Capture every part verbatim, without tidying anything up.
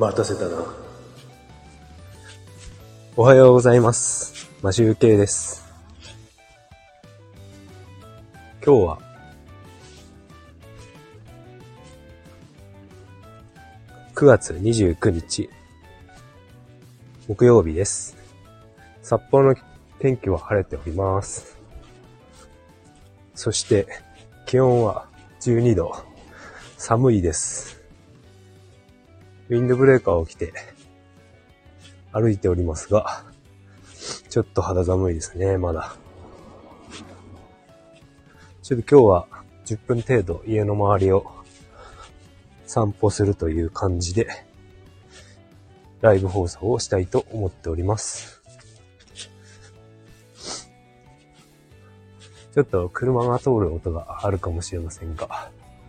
待たせたな。おはようございます。マシュウケイです。今日はくがつにじゅうくにち木曜日です。札幌の天気は晴れております。そして気温はじゅうにど、寒いです。ウィンドブレーカーを着て歩いておりますが、ちょっと肌寒いですね、まだ。ちょっと今日はじゅっぷん程度家の周りを散歩するという感じでライブ放送をしたいと思っております。ちょっと車が通る音があるかもしれませんが、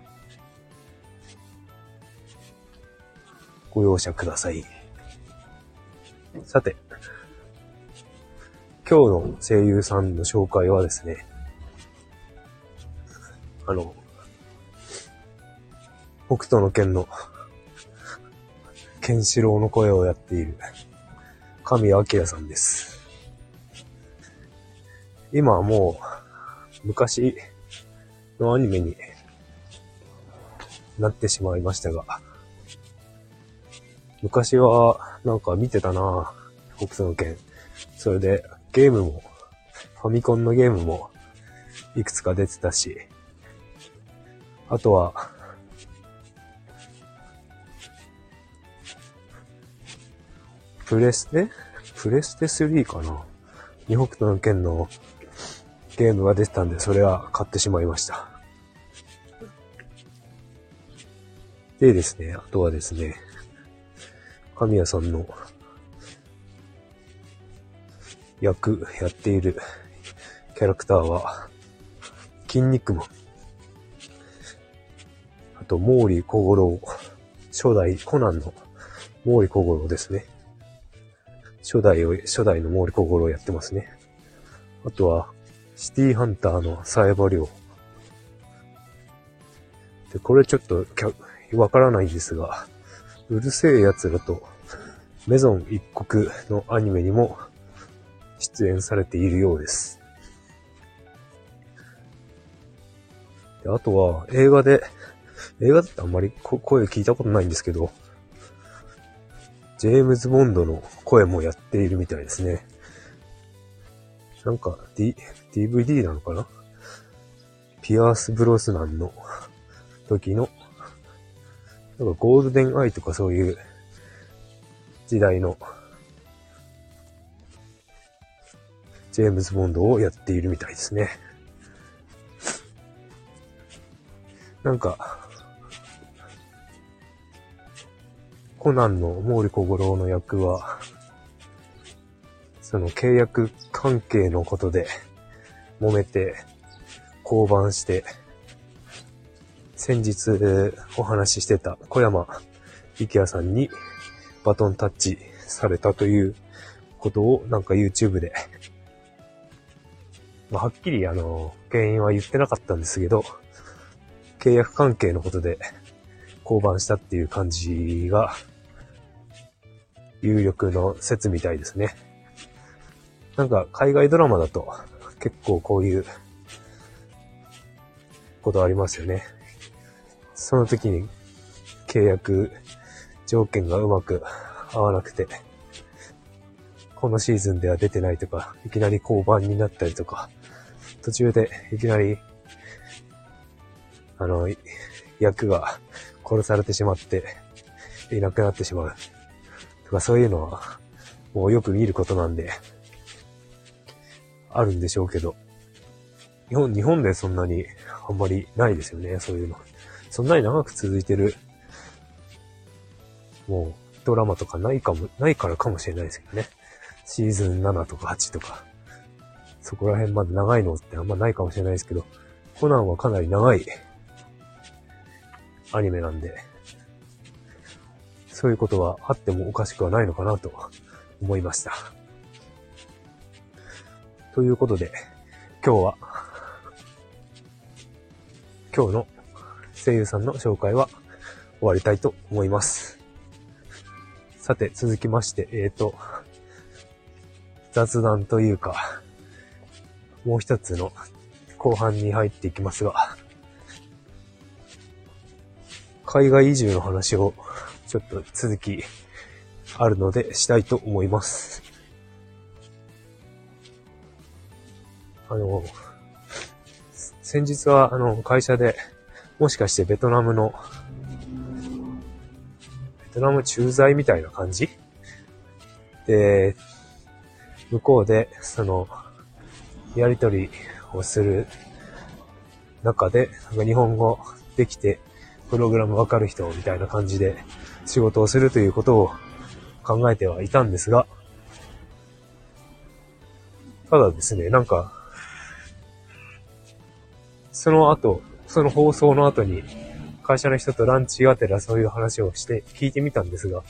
ご容赦ください。さて、今日の声優さんの紹介はですね、あの、北斗の拳のケンシロウの声をやっている神谷明さんです。今はもう昔のアニメになってしまいましたが、昔はなんか見てたな、北斗の拳。それでゲームも、ファミコンのゲームもいくつか出てたし、あとはプレステプレステスリーかなに北斗の拳のゲームが出てたんで、それは買ってしまいました。でですね、あとはですね、神谷さんの役やっているキャラクターは筋肉マン、あと毛利小五郎、初代コナンの毛利小五郎ですね。初代を初代の毛利小五郎やってますね。あとはシティハンターの冴羽亮で、これちょっとわからないんですが、うるせえ奴らとメゾン一国のアニメにも出演されているようです。で、あとは映画で、映画だってあんまり声聞いたことないんですけど、ジェームズ・ボンドの声もやっているみたいですね。なんか、D、ディーブイディー なのかな？ピアース・ブロスナンの時の、なんかゴールデンアイとかそういう時代のジェームズ・ボンドをやっているみたいですね。なんか、コナンの毛利小五郎の役は、その契約関係のことで揉めて降板して、先日お話ししてた小山力也さんにバトンタッチされたということをなんか YouTube で、まあ、はっきりあの原因は言ってなかったんですけど、契約関係のことで降板したっていう感じが有力の説みたいですね。なんか海外ドラマだと結構こういうことありますよね。その時に契約条件がうまく合わなくて、このシーズンでは出てないとか、いきなり降板になったりとか、途中でいきなりあの役が殺されてしまっていなくなってしまうとか、そういうのはもうよく見ることなんであるんでしょうけど、日本、日本でそんなにあんまりないですよね、そういうの。そんなに長く続いてる、もうドラマとかないかも、ないからかもしれないですけどね。シーズンななとかはちとか、そこら辺まで長いのってあんまないかもしれないですけど、コナンはかなり長いアニメなんで、そういうことはあってもおかしくはないのかなと思いました。ということで、今日は、今日の声優さんの紹介は終わりたいと思います。 さて、続きまして、えーと、雑談というか、もう一つの後半に入っていきますが、海外移住の話をちょっと続きあるのでしたいと思います。あの、先日はあの会社でもしかしてベトナムのベトナム駐在みたいな感じで、向こうでそのやりとりをする中でなんか日本語できてプログラムわかる人みたいな感じで仕事をするということを考えてはいたんですが、ただですね、なんかその後、その放送の後に会社の人とランチがてらそういう話をして聞いてみたんですが、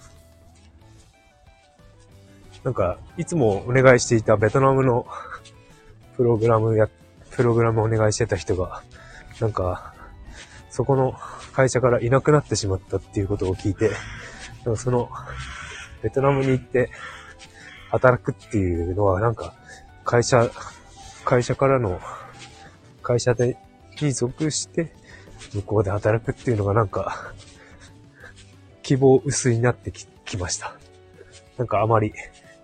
なんかいつもお願いしていたベトナムのプログラムやプログラムをお願いしてた人がなんかそこの会社からいなくなってしまったっていうことを聞いて、そのベトナムに行って働くっていうのはなんか会社会社からの会社でに属して向こうで働くっていうのがなんか希望薄になってき、きました。なんかあまり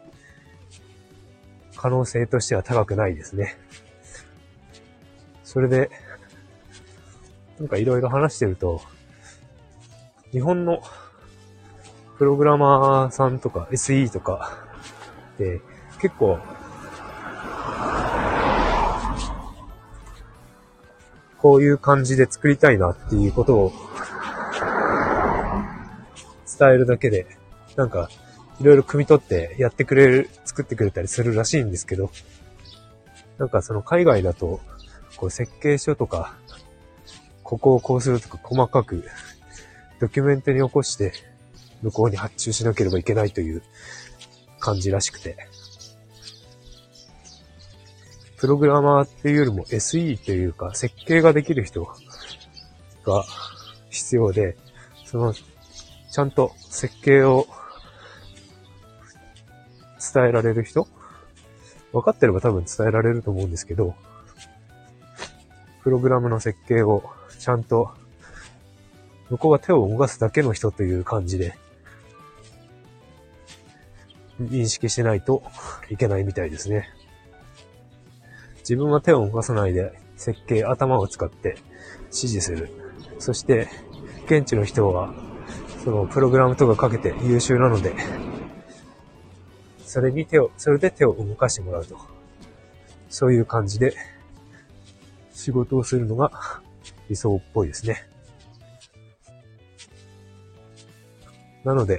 可能性としては高くないですね。それでなんかいろいろ話してると、日本のプログラマーさんとか エスイー とかで結構こういう感じで作りたいなっていうことを伝えるだけでなんかいろいろ汲み取ってやってくれる、作ってくれたりするらしいんですけど、なんかその海外だとこう設計書とかここをこうするとか細かくドキュメントに起こして向こうに発注しなければいけないという感じらしくて、プログラマーっていうよりも エスイー というか設計ができる人が必要で、そのちゃんと設計を伝えられる人、分かってれば多分伝えられると思うんですけど、プログラムの設計をちゃんと向こうが手を動かすだけの人という感じで認識しないといけないみたいですね。自分は手を動かさないで設計、頭を使って指示する。そして現地の人はそのプログラムとかかけて優秀なので、それに手を、それで手を動かしてもらうと。そういう感じで仕事をするのが理想っぽいですね。なので、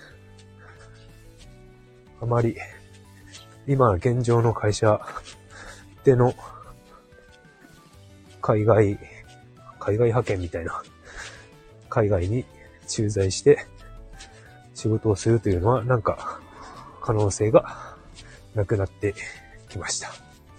あまり今現状の会社での海外、海外派遣みたいな、海外に駐在して仕事をするというのはなんか可能性がなくなってきました。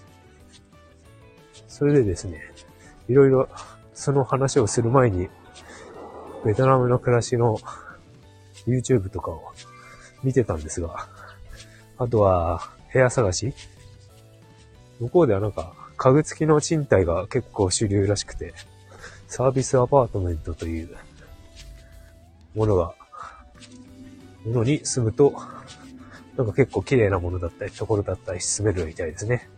それでですね、いろいろその話をする前にベトナムの暮らしの YouTube とかを見てたんですが、あとは部屋探し、向こうではなんか家具付きの賃貸が結構主流らしくて、サービスアパートメントというものがものに住むとなんか結構綺麗なものだったりところだったり住めるみたいですね。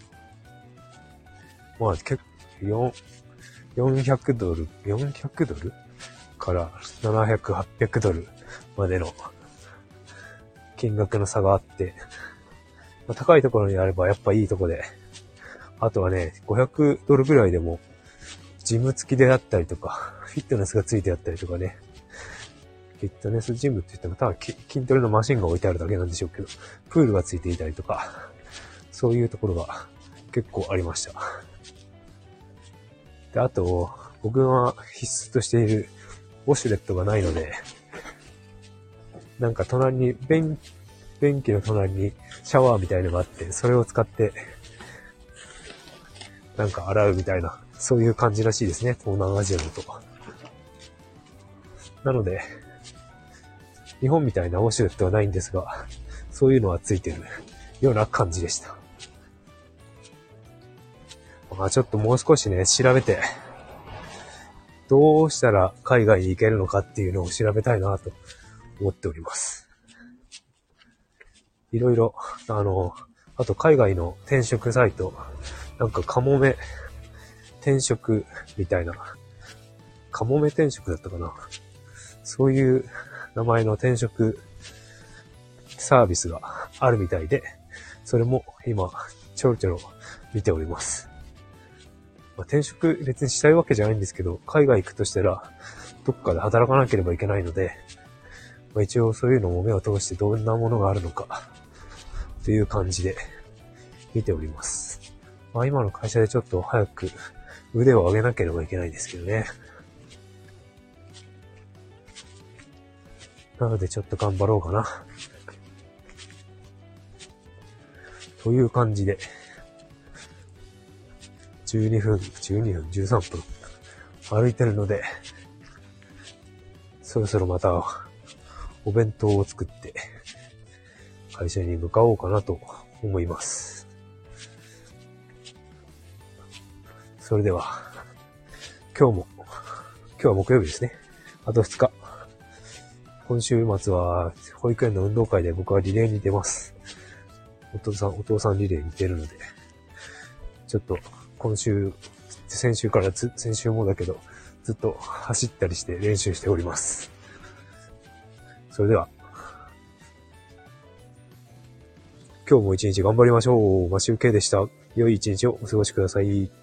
まあ結構よんひゃくドル、よんひゃくドルからななひゃく、はっぴゃくドルまでの金額の差があって、まあ、高いところにあればやっぱいいとこで、あとはね、ごひゃくドルぐらいでもジム付きであったりとか、フィットネスが付いてあったりとかね、フィットネスジムって言ってもただ筋トレのマシンが置いてあるだけなんでしょうけど、プールが付いていたりとか、そういうところが結構ありました。で、あと、僕は必須としているウォシュレットがないので、なんか隣に、便、便器の隣にシャワーみたいのがあって、それを使って、なんか洗うみたいな、そういう感じらしいですね、東南アジアだと。なので、 日本みたいなウォシュレットはないんですが、そういうのはついてるような感じでした。まあちょっともう少しね、調べて、どうしたら海外に行けるのかっていうのを調べたいなと思っております。いろいろ、あの、あと海外の転職サイト、なんかカモメ転職みたいな、カモメ転職だったかな。そういう名前の転職サービスがあるみたいで、それも今ちょろちょろ見ております。まあ、転職別にしたいわけじゃないんですけど、海外行くとしたらどっかで働かなければいけないので、まあ、一応そういうのも目を通してどんなものがあるのかという感じで見ております。まあ、今の会社でちょっと早く腕を上げなければいけないですけどね。なのでちょっと頑張ろうかな。という感じで、じゅうにふん、じゅうにふん、じゅうさんぷん歩いてるので、そろそろまたお弁当を作って会社に向かおうかなと思います。それでは、今日も、今日は木曜日ですね。あとふつか。今週末は保育園の運動会で僕はリレーに出ます。お父さん、お父さんリレーに出るので、ちょっと今週、先週からず、先週もだけど、ずっと走ったりして練習しております。それでは、今日も一日頑張りましょう。マシュウケイでした。良い一日をお過ごしください。